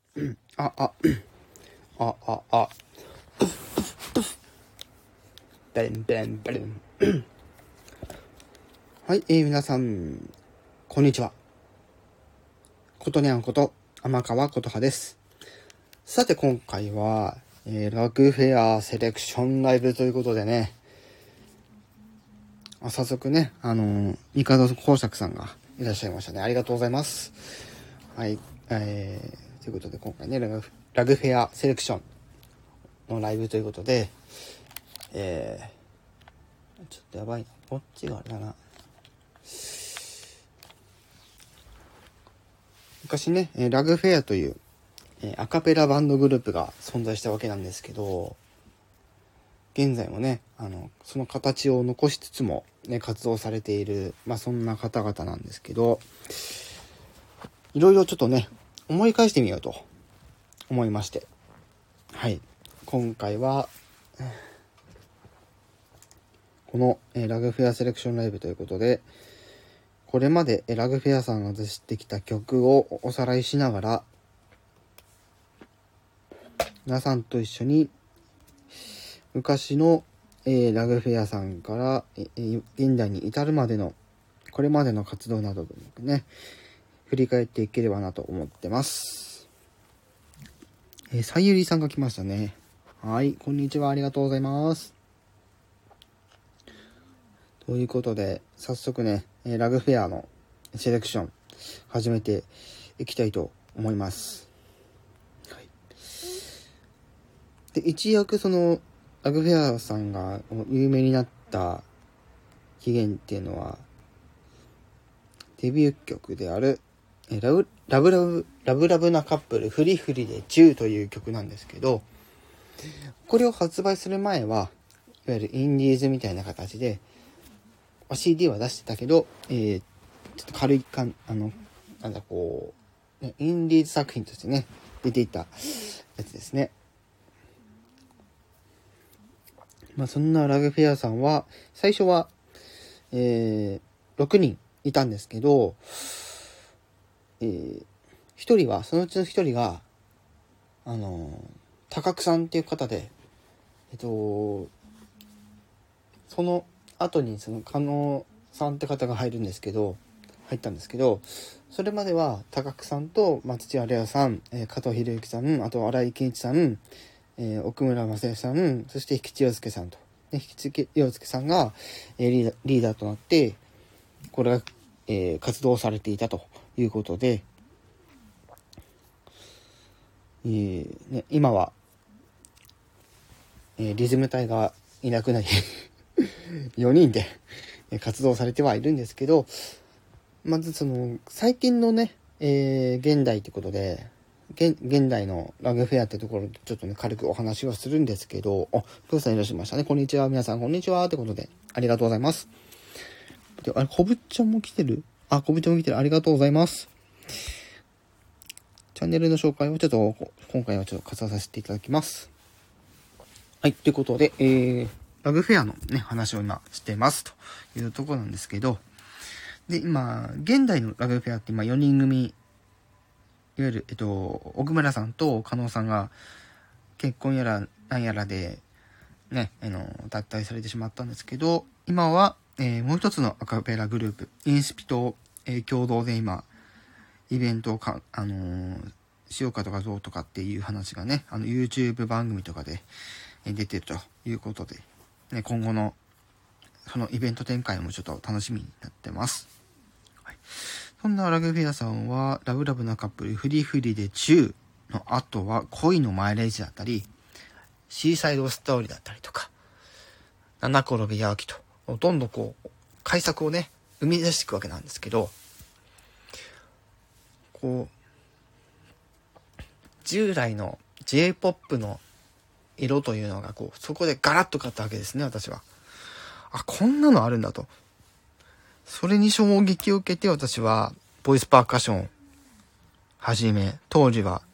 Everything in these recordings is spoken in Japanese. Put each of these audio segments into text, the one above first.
あ、あ、あ、あ、あ、ベンベンベン。はい、皆さん、こんにちは。ことにゃんこと、天川ことはです。さて、今回は、ラグフェアセレクションライブということでね、早速ね、ミカド公爵さんがいらっしゃいましたね。ありがとうございます。はい、ということで、今回ね、ラグフェアセレクションのライブということで、ちょっとやばいな。こっちがあれだな。昔ね、ラグフェアという、アカペラバンドグループが存在したわけなんですけど、現在もね、その形を残しつつも、ね、活動されている、そんな方々なんですけど、いろいろちょっとね、思い返してみようと思いまして、はい、今回は、この、ラグフェアセレクションライブということで、これまでラグフェアさんが出してきた曲をおさらいしながら、皆さんと一緒に昔の、ラグフェアさんから、現代に至るまでのこれまでの活動などをね振り返っていければなと思ってます。さゆりさんが来ましたね。はい、こんにちは、ありがとうございます。ということで早速ね、ラグフェアのセレクション始めていきたいと思います。はい、で一躍そのラグフェアさんが有名になった起源っていうのはデビュー曲であるラブラブなカップルフリフリでチューという曲なんですけど、これを発売する前はいわゆるインディーズみたいな形で CD は出してたけど、ちょっと軽いインディーズ作品としてね出ていたやつですね。そんなラグフェアさんは最初は、6人いたんですけど、一人はそのうちの一人が高久さんっていう方で、その後にその加納さんって方が入ったんですけど、それまでは高久さんと松千レアさん、加藤博之さん、あと新井健一さん、奥村正義さん、そして引地陽介さんと、引地陽介さんが、リーダーとなってこれが、活動されていたということで、今は、リズム隊がいなくなり4人で活動されてはいるんですけど、まずその最近のね、現代ってことで現代のラグフェアってところでちょっとね軽くお話をするんですけど、プーさんいらっしゃいましたね。こんにちは、皆さんこんにちはってことでありがとうございます。で、こぶっちゃんも来てる？こぶっちゃんも来てる、ありがとうございます。チャンネルの紹介をちょっと今回はちょっと割愛させていただきます。はい、ということで、ラグフェアのね話を今してますというところなんですけど、で今現代のラグフェアって今4人組、いわゆる奥村さんと加納さんが結婚やらなんやらでね脱退されてしまったんですけど、今は、もう一つのアカペラグループインスピと、共同で今イベントをしようかとかどうとかっていう話がねYouTube 番組とかで出てるということで、ね、今後のそのイベント展開もちょっと楽しみになってます。はい、そんなラグフェアさんはラブラブなカップルフリフリでチューの後は恋のマイレージだったりシーサイドストーリーだったりとか七転び八起きとどんどんこう改作をね生み出していくわけなんですけど、こう従来の J-POP の色というのがこうそこでガラッと変わったわけですね。私はこんなのあるんだと、それに衝撃を受けて私はボイスパーカッションを始め、当時は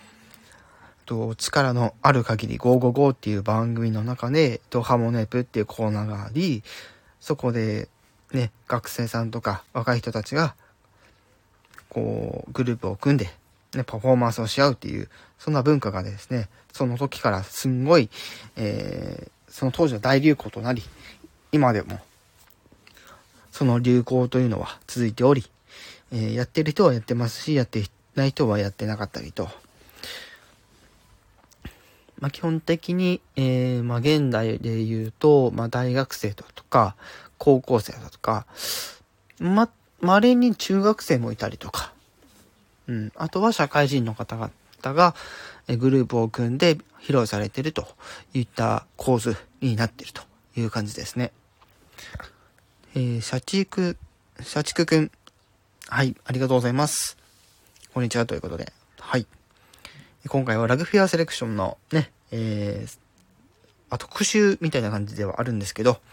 力のある限り555っていう番組の中でハモネプっていうコーナーがあり、そこでね学生さんとか若い人たちがこうグループを組んでね、パフォーマンスをし合うっていう、そんな文化がですね、その時からすんごい、その当時の大流行となり、今でも、その流行というのは続いており、やってる人はやってますし、やってない人はやってなかったりと、基本的に、現代で言うと、大学生だとか、高校生だとか、稀に中学生もいたりとか、あとは社会人の方々が、グループを組んで披露されているといった構図になっているという感じですね。社畜くん。はい、ありがとうございます。こんにちはということで。はい。今回はラグフェアセレクションのね、特集みたいな感じではあるんですけど、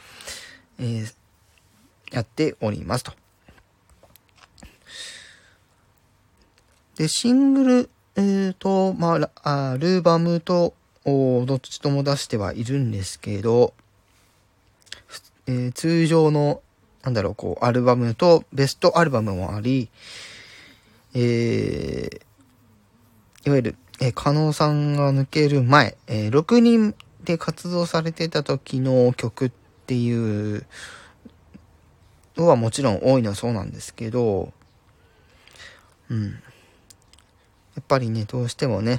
やっておりますと。で、シングル、アルバムと、どっちとも出してはいるんですけど、通常の、アルバムとベストアルバムもあり、いわゆる、加納さんが抜ける前、6人で活動されてた時の曲っていうのはもちろん多いのはそうなんですけど、やっぱりね、どうしてもね、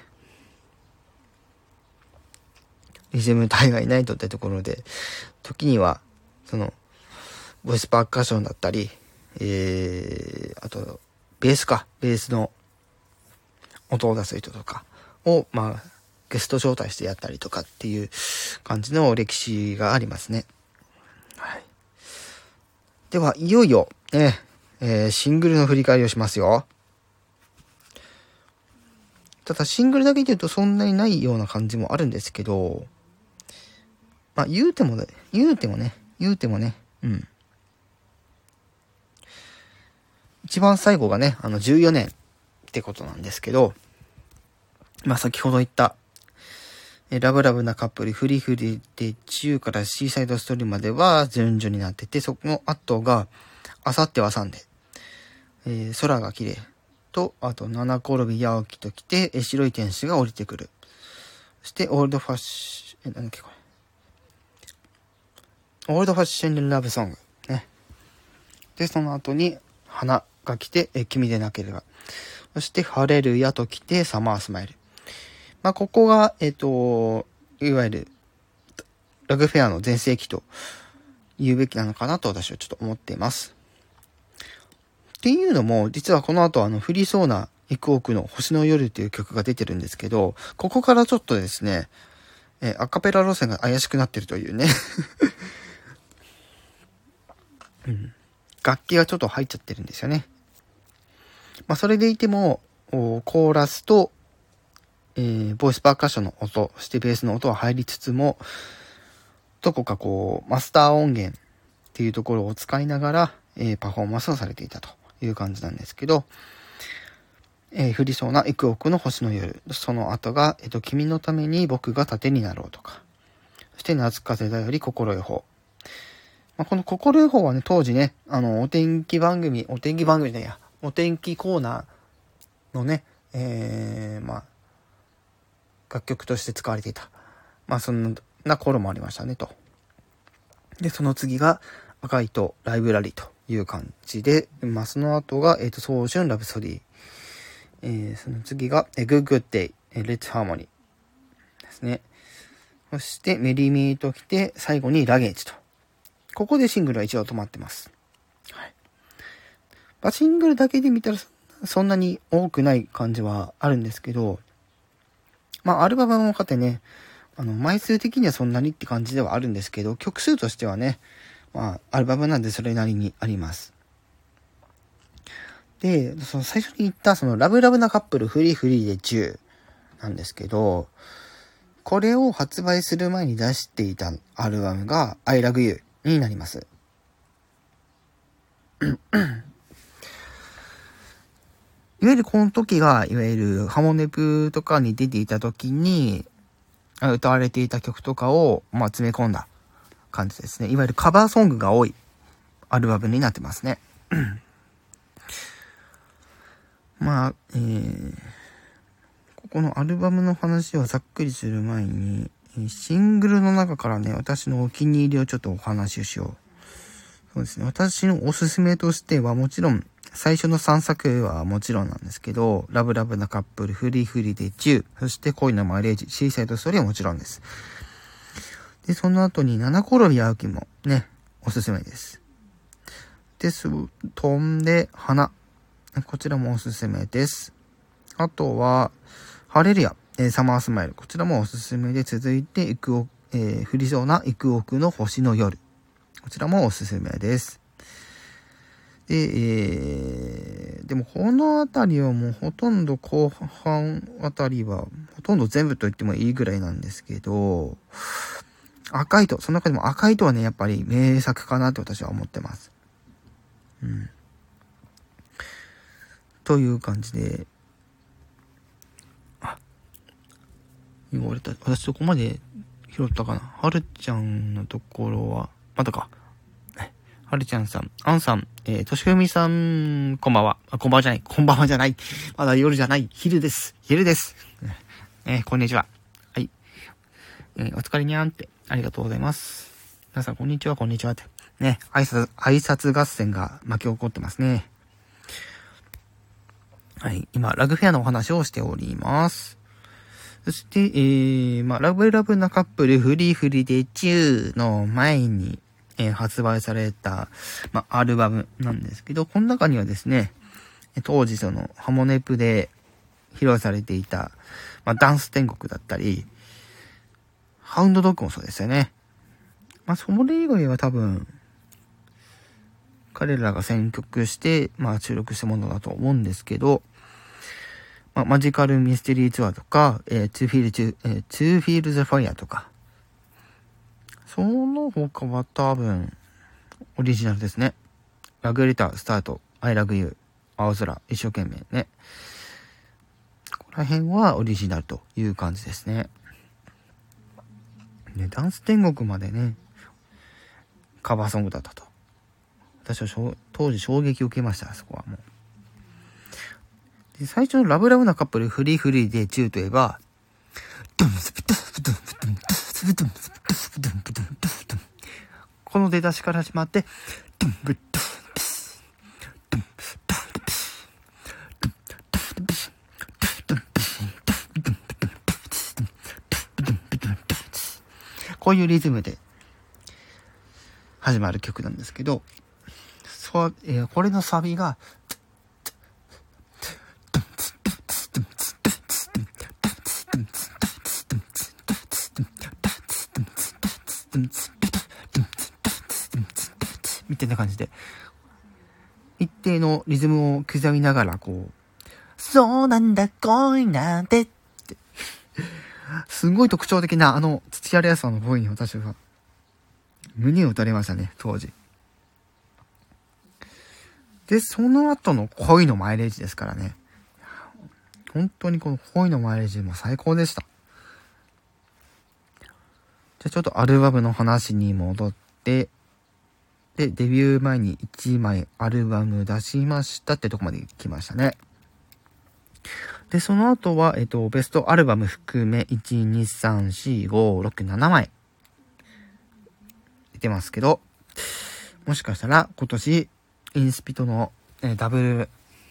リズム隊がいないとってところで、時には、ボイスパーカッションだったり、あと、ベースの音を出す人とかを、ゲスト招待してやったりとかっていう感じの歴史がありますね。はい。では、いよいよ、シングルの振り返りをしますよ。ただ、シングルだけで言うとそんなにないような感じもあるんですけど、言うてもね、一番最後がね、14年ってことなんですけど、先ほど言った、ラブラブなカップル、フリフリで10からシーサイドストーリーまでは順序になってて、その後が、あさってはサンデー、空が綺麗と、あと、七転び八起きときて、白い天使が降りてくる。そして、オールドファッションラブソング。ね。で、その後に、花が来て、君でなければ。そして、ハレルヤと来て、サマースマイル。ここが、いわゆる、ラグフェアの全盛期と言うべきなのかなと私はちょっと思っています。っていうのも、実はこの後降りそうな幾億の星の夜っていう曲が出てるんですけど、ここからちょっとですね、アカペラ路線が怪しくなってるというね、楽器がちょっと入っちゃってるんですよね。それでいても、コーラスと、ボイスパーカッションの音、そしてベースの音は入りつつも、どこかマスター音源っていうところを使いながら、パフォーマンスをされていたという感じなんですけど、降りそうな幾億の星の夜、その後が、君のために僕が盾になろうとか、そして夏風だより心予報。この心予報はね、当時ね、お天気コーナーのね、楽曲として使われていた。そんな頃もありましたね、と。で、その次が、赤いとライブラリーという感じで、その後が、ソーシュンラブソディ。その次が、グッグッデイ、レッツハーモニーですね。そして、メリミーと来て、最後にラゲージと。ここでシングルは一度止まってます。はい。シングルだけで見たら、そんなに多くない感じはあるんですけど、アルバムもかってね、枚数的にはそんなにって感じではあるんですけど、曲数としてはね、アルバムなんでそれなりにあります。で、その最初に言ったそのラブラブなカップルフリーフリーで10なんですけど、これを発売する前に出していたアルバムが I Love You になります。いわゆるこの時が、いわゆるハモネプとかに出ていた時に歌われていた曲とかを詰め込んだ感じですね。いわゆるカバーソングが多いアルバムになってますね。 このアルバムの話をざっくりする前に、シングルの中からね、私のお気に入りをちょっとお話ししよう。そうですね。私のおすすめとしてはもちろん、最初の3作はもちろんなんですけど、ラブラブなカップル、フリーフリーで10、そして恋のマイレージ、シーサイドストーリーはもちろんです。で、その後に七転び八起きもね、おすすめです。で、飛んで花。こちらもおすすめです。あとは、ハレルヤ、サマースマイル。こちらもおすすめで、続いて、降りそうな幾億の星の夜。こちらもおすすめです。で、でもこのあたりはもうほとんど後半あたりは、ほとんど全部と言ってもいいぐらいなんですけど、赤糸、その中でも赤糸はね、やっぱり名作かなって私は思ってます。という感じで、言われた。私どこまで拾ったかな。はるちゃんのところは、またか。はるちゃんさん、あんさん、としふみさん、こんばんは。こんばんはじゃない。こんばんはじゃない。まだ夜じゃない。昼です。昼です。こんにちは。はい。お疲れにゃんって。ありがとうございます。皆さん、こんにちは、こんにちはって。ね、挨拶合戦が巻き起こってますね。はい。今、ラグフェアのお話をしております。そして、ラブラブなカップル、フリーフリーで10の前に、発売された、アルバムなんですけど、この中にはですね、当時その、ハモネプで披露されていた、ダンス天国だったり、ハウンドドッグもそうですよね。それ以外は多分、彼らが選曲して、収録したものだと思うんですけど、マジカルミステリーツアーとか、To Feel the Fire とか、その他は多分、オリジナルですね。ラグレター、スタート、I love you、青空、一生懸命ね。ここら辺はオリジナルという感じですね。で、ダンス天国までね、カバーソングだったと。私は当時衝撃を受けました、そこはもう。で、最初のラブラブなカップル、フリーフリーで10といえば、この出だしから始まって、こういうリズムで始まる曲なんですけど、これのサビが、みたいな感じで、一定のリズムを刻みながら、そうなんだ恋なんてって、すごい特徴的な土屋レアさんの声に私は胸を打たれましたね、当時。で、その後の恋のマイレージですからね。本当にこの恋のマイレージも最高でした。じゃあちょっとアルバムの話に戻って、で、デビュー前に1枚アルバム出しましたってとこまで来ましたね。で、その後は、ベストアルバム含め、1、2、3、4、5、6、7枚出てますけど、もしかしたら今年、インスピとの、ダブ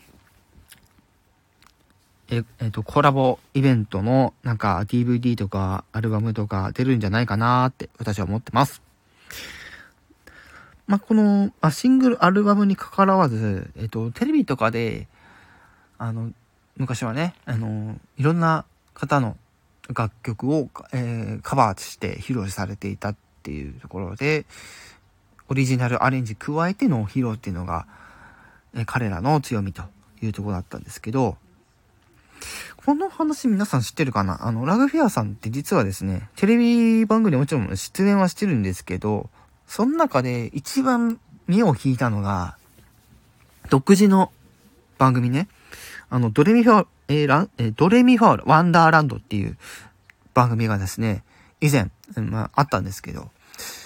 ル、コラボイベントのなんか DVD とかアルバムとか出るんじゃないかなーって私は思ってます。この、シングルアルバムに関わらず、テレビとかで、昔はね、いろんな方の楽曲を、カバーして披露されていたっていうところで、オリジナルアレンジ加えての披露っていうのが、彼らの強みというところだったんですけど、この話皆さん知ってるかな？ラグフェアさんって実はですね、テレビ番組でもちろん出演はしてるんですけど、その中で一番目を引いたのが、独自の番組ね、ドレミファールワンダーランドっていう番組がですね、以前、あったんですけど、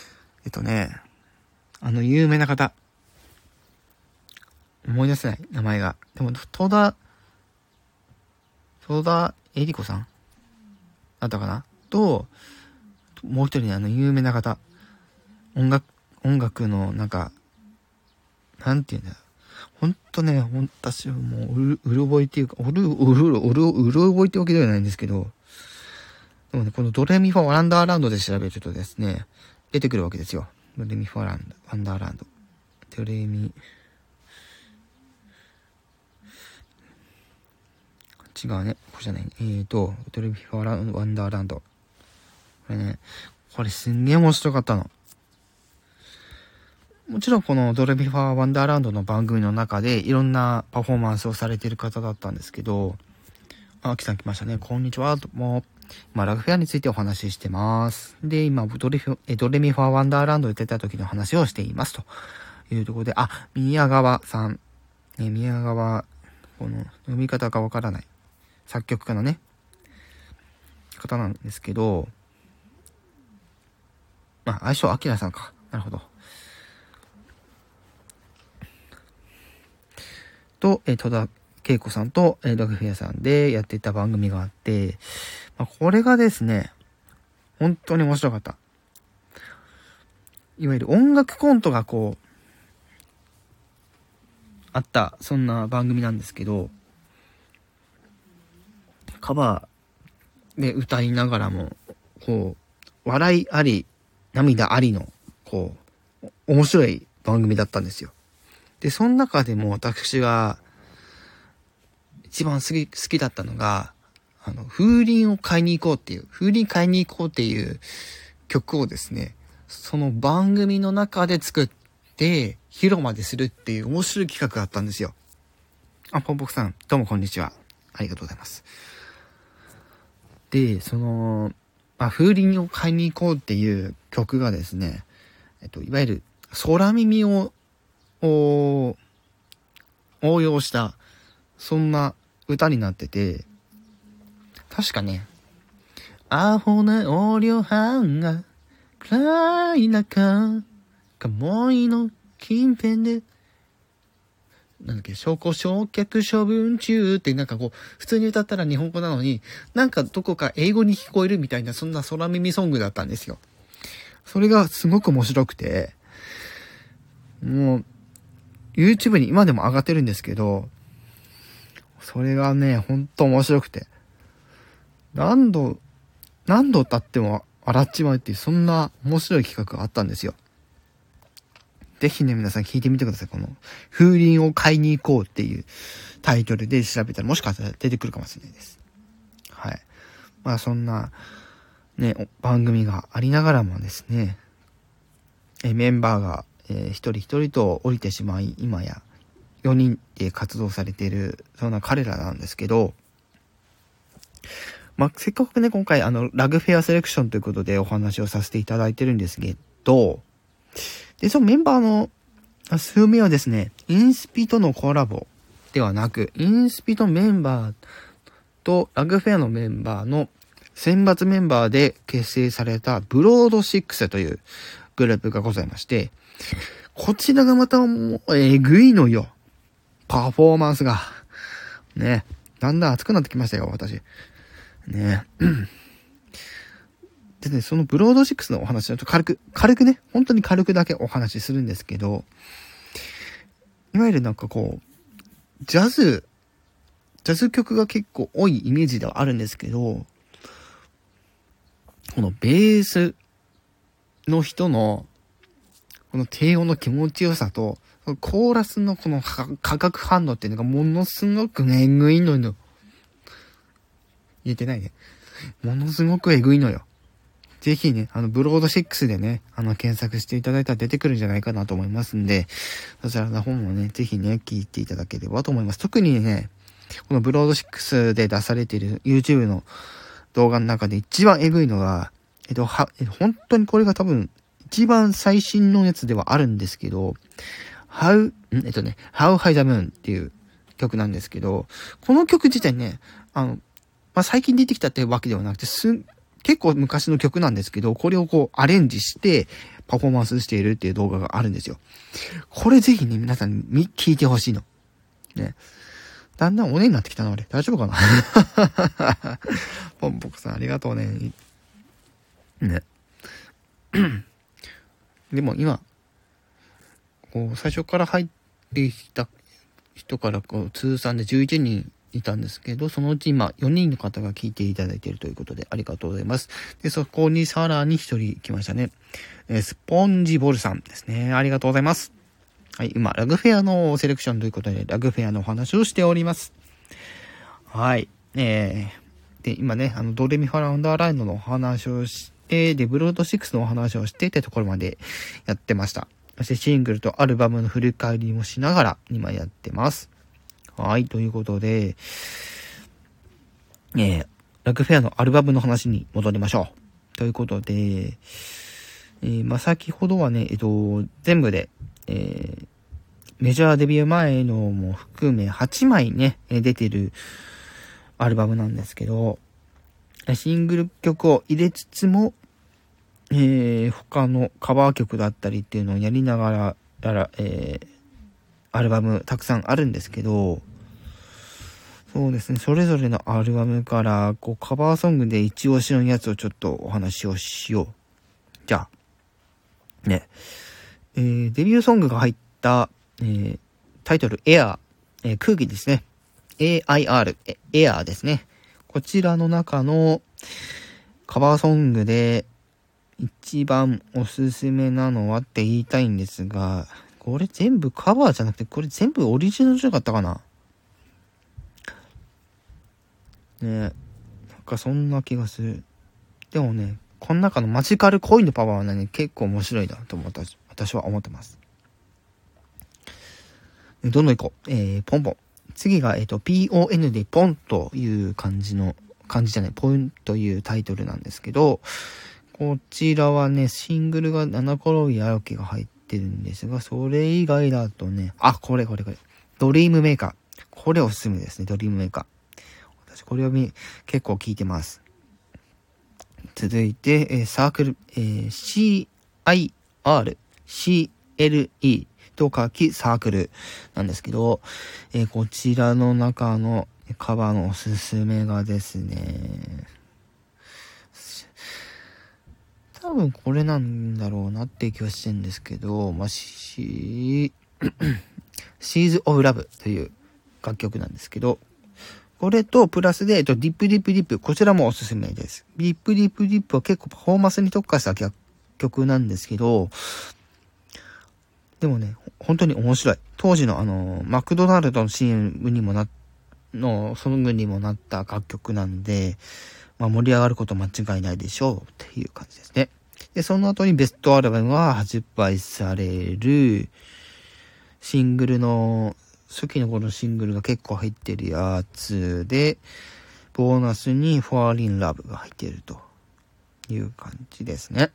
有名な方、思い出せない名前が。でも、戸田エリコさんだったかなと、もう一人ね、有名な方。音楽の、なんていうんだよ。ほんとね、私はもう、うる覚えっていうか、うる覚えってわけではないんですけど、でもね、このドレミファワンダーランドで調べるとですね、出てくるわけですよ。ドレミファワンダーランド。ドレミ、違うね。これじゃないね。ドレミファワンダーランド。これね、これすんげえ面白かったの。もちろんこのドレミファワンダーランドの番組の中でいろんなパフォーマンスをされている方だったんですけど、秋さん来ましたね。こんにちは。今、ラグフェアについてお話ししてます。で、今、ドレミファワンダーランドで出た時の話をしています。というところで、宮川さん。宮川、この読み方がわからない。作曲家のね、方なんですけど、相性、アキラさんか。なるほど。と、戸田恵子さんと、ラグフェアさんでやっていた番組があって、これがですね、本当に面白かった。いわゆる音楽コントがあった、そんな番組なんですけど、カバーで歌いながらも、笑いあり、涙ありの、面白い番組だったんですよ。で、その中でも私が一番好きだったのが、風鈴買いに行こうっていう曲をですね、その番組の中で作って広間でするっていう面白い企画があったんですよ。ポンポクさん、どうもこんにちは。ありがとうございます。で、風鈴を買いに行こうっていう曲がですね、いわゆる空耳を応用した、そんな歌になってて、確かね、アホな横領犯が暗い中、鴨居の近辺で、証拠焼却処分中って普通に歌ったら日本語なのに、どこか英語に聞こえるみたいな、そんな空耳ソングだったんですよ。それがすごく面白くて、もう、YouTube に今でも上がってるんですけど、それがね、ほんと面白くて、何度歌っても笑っちまうっていう、そんな面白い企画があったんですよ。ぜひね、皆さん聞いてみてください。この、風鈴を買いに行こうっていうタイトルで調べたら、もしかしたら出てくるかもしれないです。はい。そんな、ね、番組がありながらもですね、メンバーが、一人一人と降りてしまい、今や4人で活動されている、そんな彼らなんですけど、せっかくね、今回ラグフェアセレクションということでお話をさせていただいてるんですけど、で、そのメンバーの数名はですね、インスピとのコラボではなく、インスピとメンバーとラグフェアのメンバーの選抜メンバーで結成されたブロード6というグループがございまして、こちらがまたもうえぐいのよ。パフォーマンスが。ね。だんだん熱くなってきましたよ、私。ね。でね、そのブロード6のお話だと軽くね、本当に軽くだけお話しするんですけど、いわゆるジャズ曲が結構多いイメージではあるんですけど、このベースの人の、この低音の気持ちよさと、コーラスのこの化学反応っていうのがものすごくえぐいのよ。言えてないね。ものすごくえぐいのよ。ぜひね、ブロード6でね、検索していただいたら出てくるんじゃないかなと思いますんで、そちらの本もね、ぜひね、聞いていただければと思います。特にね、このブロード6で出されている YouTube の動画の中で一番えぐいのが、本当にこれが多分、一番最新のやつではあるんですけど、How High the Moon っていう曲なんですけど、この曲自体ね、最近出てきたってわけではなくて、結構昔の曲なんですけど、これをアレンジしてパフォーマンスしているっていう動画があるんですよ。これぜひね、皆さんに聞いてほしいの。ね。 だんだんおねになってきたな、俺。大丈夫かなポンポコさん、ありがとうね。ね。でも今、こう、最初から入ってきた人からこう通算で11人いたんですけど、そのうち今4人の方が聞いていただいているということでありがとうございます。で、そこにさらに1人来ましたね。スポンジボルさんですね。ありがとうございます。はい、今、ラグフェアのセレクションということで、ラグフェアのお話をしております。はい。で、今ね、ドレミファラウンダーラインドのお話をして、で、ブロード6のお話をしてってところまでやってました。そしてシングルとアルバムの振り返りもしながら今やってます。はい、ということで、ラグフェアのアルバムの話に戻りましょう。ということで、先ほどはね、全部で、メジャーデビュー前のも含め8枚ね、出てるアルバムなんですけど、シングル曲を入れつつも、他のカバー曲だったりっていうのをやりながら、アルバムたくさんあるんですけど、そうですね、それぞれのアルバムからこうカバーソングで一押しのやつをちょっとお話をしよう。じゃあね、デビューソングが入った、タイトルエアー、空気ですね。AIR、エアーですね。こちらの中のカバーソングで一番おすすめなのはって言いたいんですが、これ全部カバーじゃなくて、これ全部オリジナルじゃなかったかな。ね、なんかそんな気がする。でもね、この中のマジカルコインのパワーはね、結構面白いなと私は思ってます。どんどん行こう。ポンポン。次が、PON でポンという漢字じゃない、ポンというタイトルなんですけど、こちらはね、シングルが七転び歩きが入ってるんですが、それ以外だとね、これ。ドリームメーカー。これおすすめですね、ドリームメーカー。私、これを結構聞いてます。続いて、サークル、CIRCLE と書きサークルなんですけど、こちらの中のカバーのおすすめがですね、多分これなんだろうなっていう気はしてるんですけど、Seas of Love という楽曲なんですけど、これとプラスで、ディップ、こちらもおすすめです。ディップは結構パフォーマンスに特化した曲なんですけど、でもね、本当に面白い。当時のマクドナルドの CM にもソングにもなった楽曲なんで、盛り上がること間違いないでしょうっていう感じですね。で、その後にベストアルバムが発売される、シングルの、初期の頃のシングルが結構入ってるやつで、ボーナスに Fall in Love が入っているという感じですね。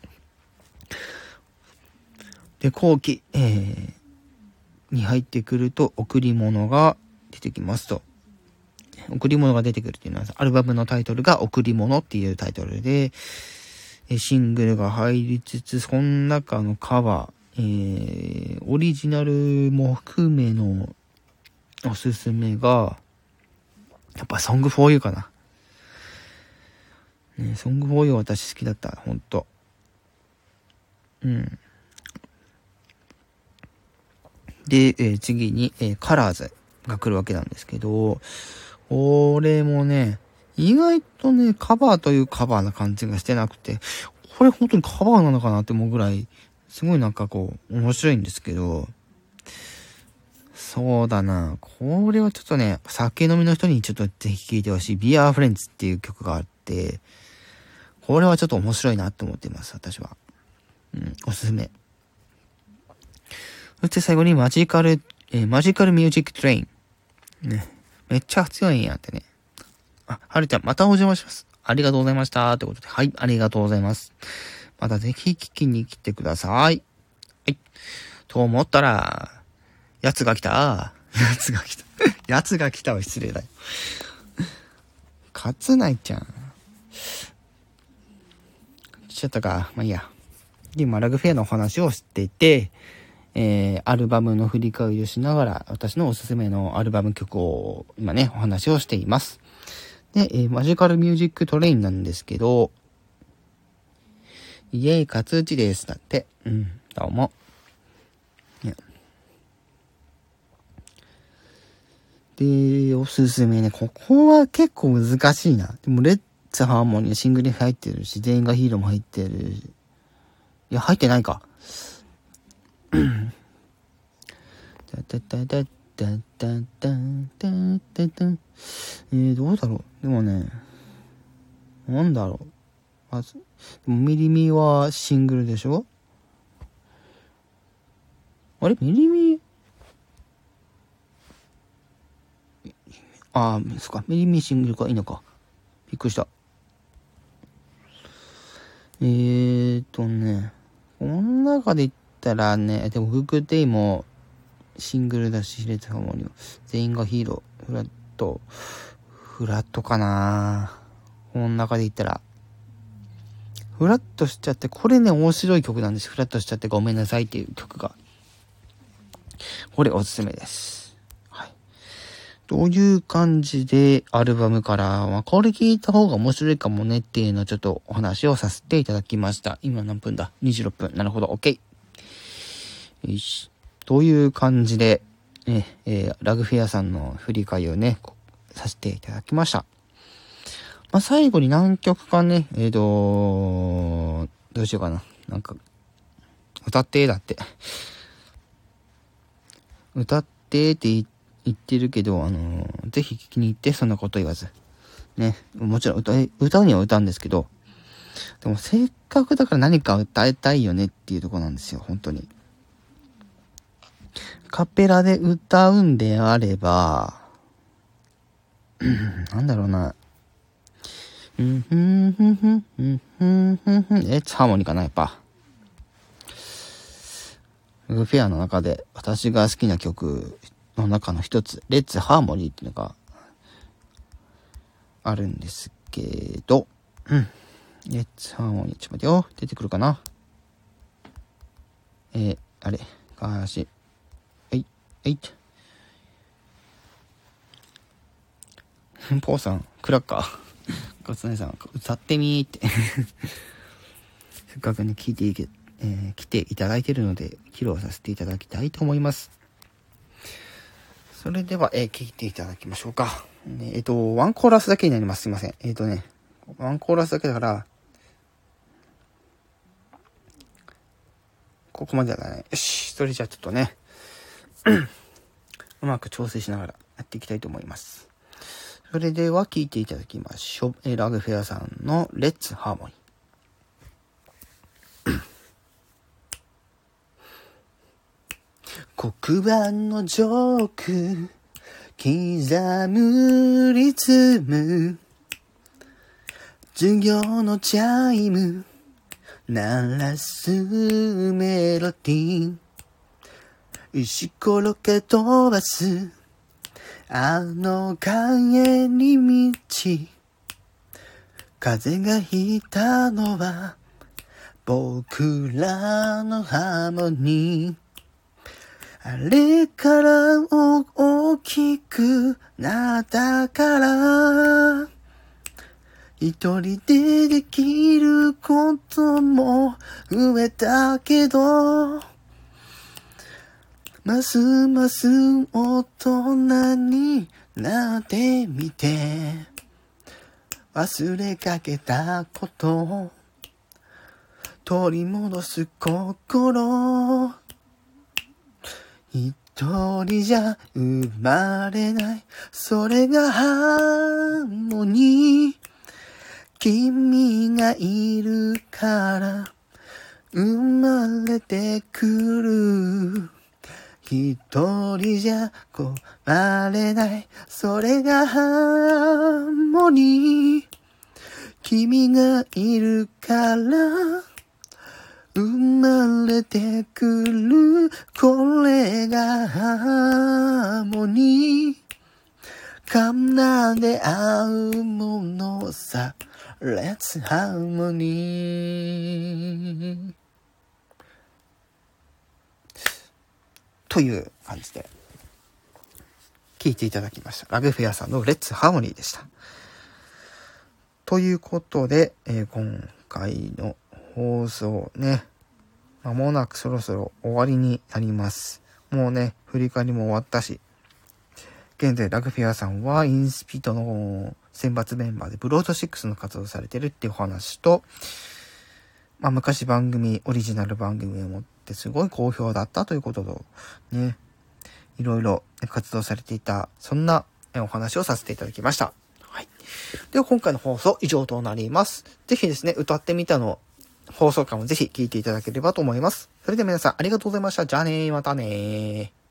で、後期、に入ってくると、贈り物が出てきますと。贈り物が出てくるっていうのは、アルバムのタイトルが贈り物っていうタイトルで、シングルが入りつつ、その中のカバー、オリジナルも含めのおすすめが、やっぱ Song for You かな。ね、Song for You 私好きだった、ほんと。うん。で、次に、Colors が来るわけなんですけど、これもね、意外とね、カバーというカバーな感じがしてなくて、これ本当にカバーなのかなって思うぐらい、すごいなんかこう、面白いんですけど、そうだな、これはちょっとね、酒飲みの人にちょっとぜひ聴いてほしい、Be Our Friends っていう曲があって、これはちょっと面白いなって思っています、私は。おすすめ。そして最後にマジカルミュージックトレイン。ね。めっちゃ強いんやってね。はるちゃん、またお邪魔します。ありがとうございました。ってことで、はい、ありがとうございます。またぜひ聞きに来てください。はい。と思ったら、やつが来たは失礼だよ。勝内ちゃん。来ちゃったか。まあいいや。で、ラグフェアのお話をしてて、 アルバムの振り返りをしながら、私のおすすめのアルバム曲を今ね、お話をしています。で、マジカルミュージックトレインなんですけど、イエイ、かつうちです。だって。どうも。で、おすすめね。ここは結構難しいな。でも、レッツハーモニーシングルに入ってるし、全員がヒーローも入ってる。いや、入ってないか。どうだろう。でもね、なんだろう。ミリミはシングルでしょ？あれミリミそっか。ミリミシングルかいいのか。びっくりした。この中で言ったらね、でもグッグデイもシングルだし、レッツハーモニー全員がヒーロー、フラットかな。この中で言ったら。フラットしちゃって、これね、面白い曲なんです。フラットしちゃってごめんなさいっていう曲が。これおすすめです。はい。どういう感じでアルバムから、これ聞いた方が面白いかもねっていうのをちょっとお話をさせていただきました。今何分だ ?26 分。なるほど。OK。よし。という感じで、ラグフェアさんの振り返りをね、させていただきました。最後に何曲かね、どうしようかな。なんか、歌ってだって。歌ってって言ってるけど、ぜひ聞きに行って、そんなこと言わず。ね。もちろん歌うには歌うんですけど、でもせっかくだから何か歌いたいよねっていうところなんですよ、本当に。カペラで歌うんであれば、なんだろうな。レッツハーモニーかな、やっぱ。フェアの中で私が好きな曲の中の一つ、レッツハーモニーっていうのがあるんですけど、レッツハーモニー、ちょっと待ってよ、出てくるかな。あれ、ポーさん、クラッカー。ガツネさん、歌ってみーって。せっかくね、来ていただいているので、披露させていただきたいと思います。それでは、聞いていただきましょうか。ワンコーラスだけになります。すいません。ワンコーラスだけだから、ここまでだね。よし。それじゃあちょっとね、うまく調整しながらやっていきたいと思います。それでは聞いていただきましょう。ラグフェアさんのレッツハーモニー。黒板のジョーク、刻むリズム、授業のチャイム、鳴らすメロディー、石ころけ飛ばすあの影に道、風が引いたのは僕らのハーモニー、あれから大きくなったから一人でできることも増えたけど、ますます大人になってみて忘れかけたこと取り戻す心、一人じゃ生まれない、それがハーモニー、君がいるから生まれてくる、一人じゃ困れない、それがハーモニー、君がいるから生まれてくる、これがハーモニー、奏で合うものさ、Let's Harmony。 という感じで、聞いていただきました。ラグフェアさんのレッツハーモニーでした。ということで、今回の放送ね、間もなくそろそろ終わりになります。もうね、振り返りも終わったし、現在ラグフェアさんはインスピートの選抜メンバーでブロード6の活動をされてるっていうお話と、昔オリジナル番組を持ってすごい好評だったということと、ね、いろいろ活動されていた、そんなお話をさせていただきました。はい。では今回の放送以上となります。ぜひですね、歌ってみたの放送回もぜひ聞いていただければと思います。それでは皆さんありがとうございました。じゃあねー、またねー。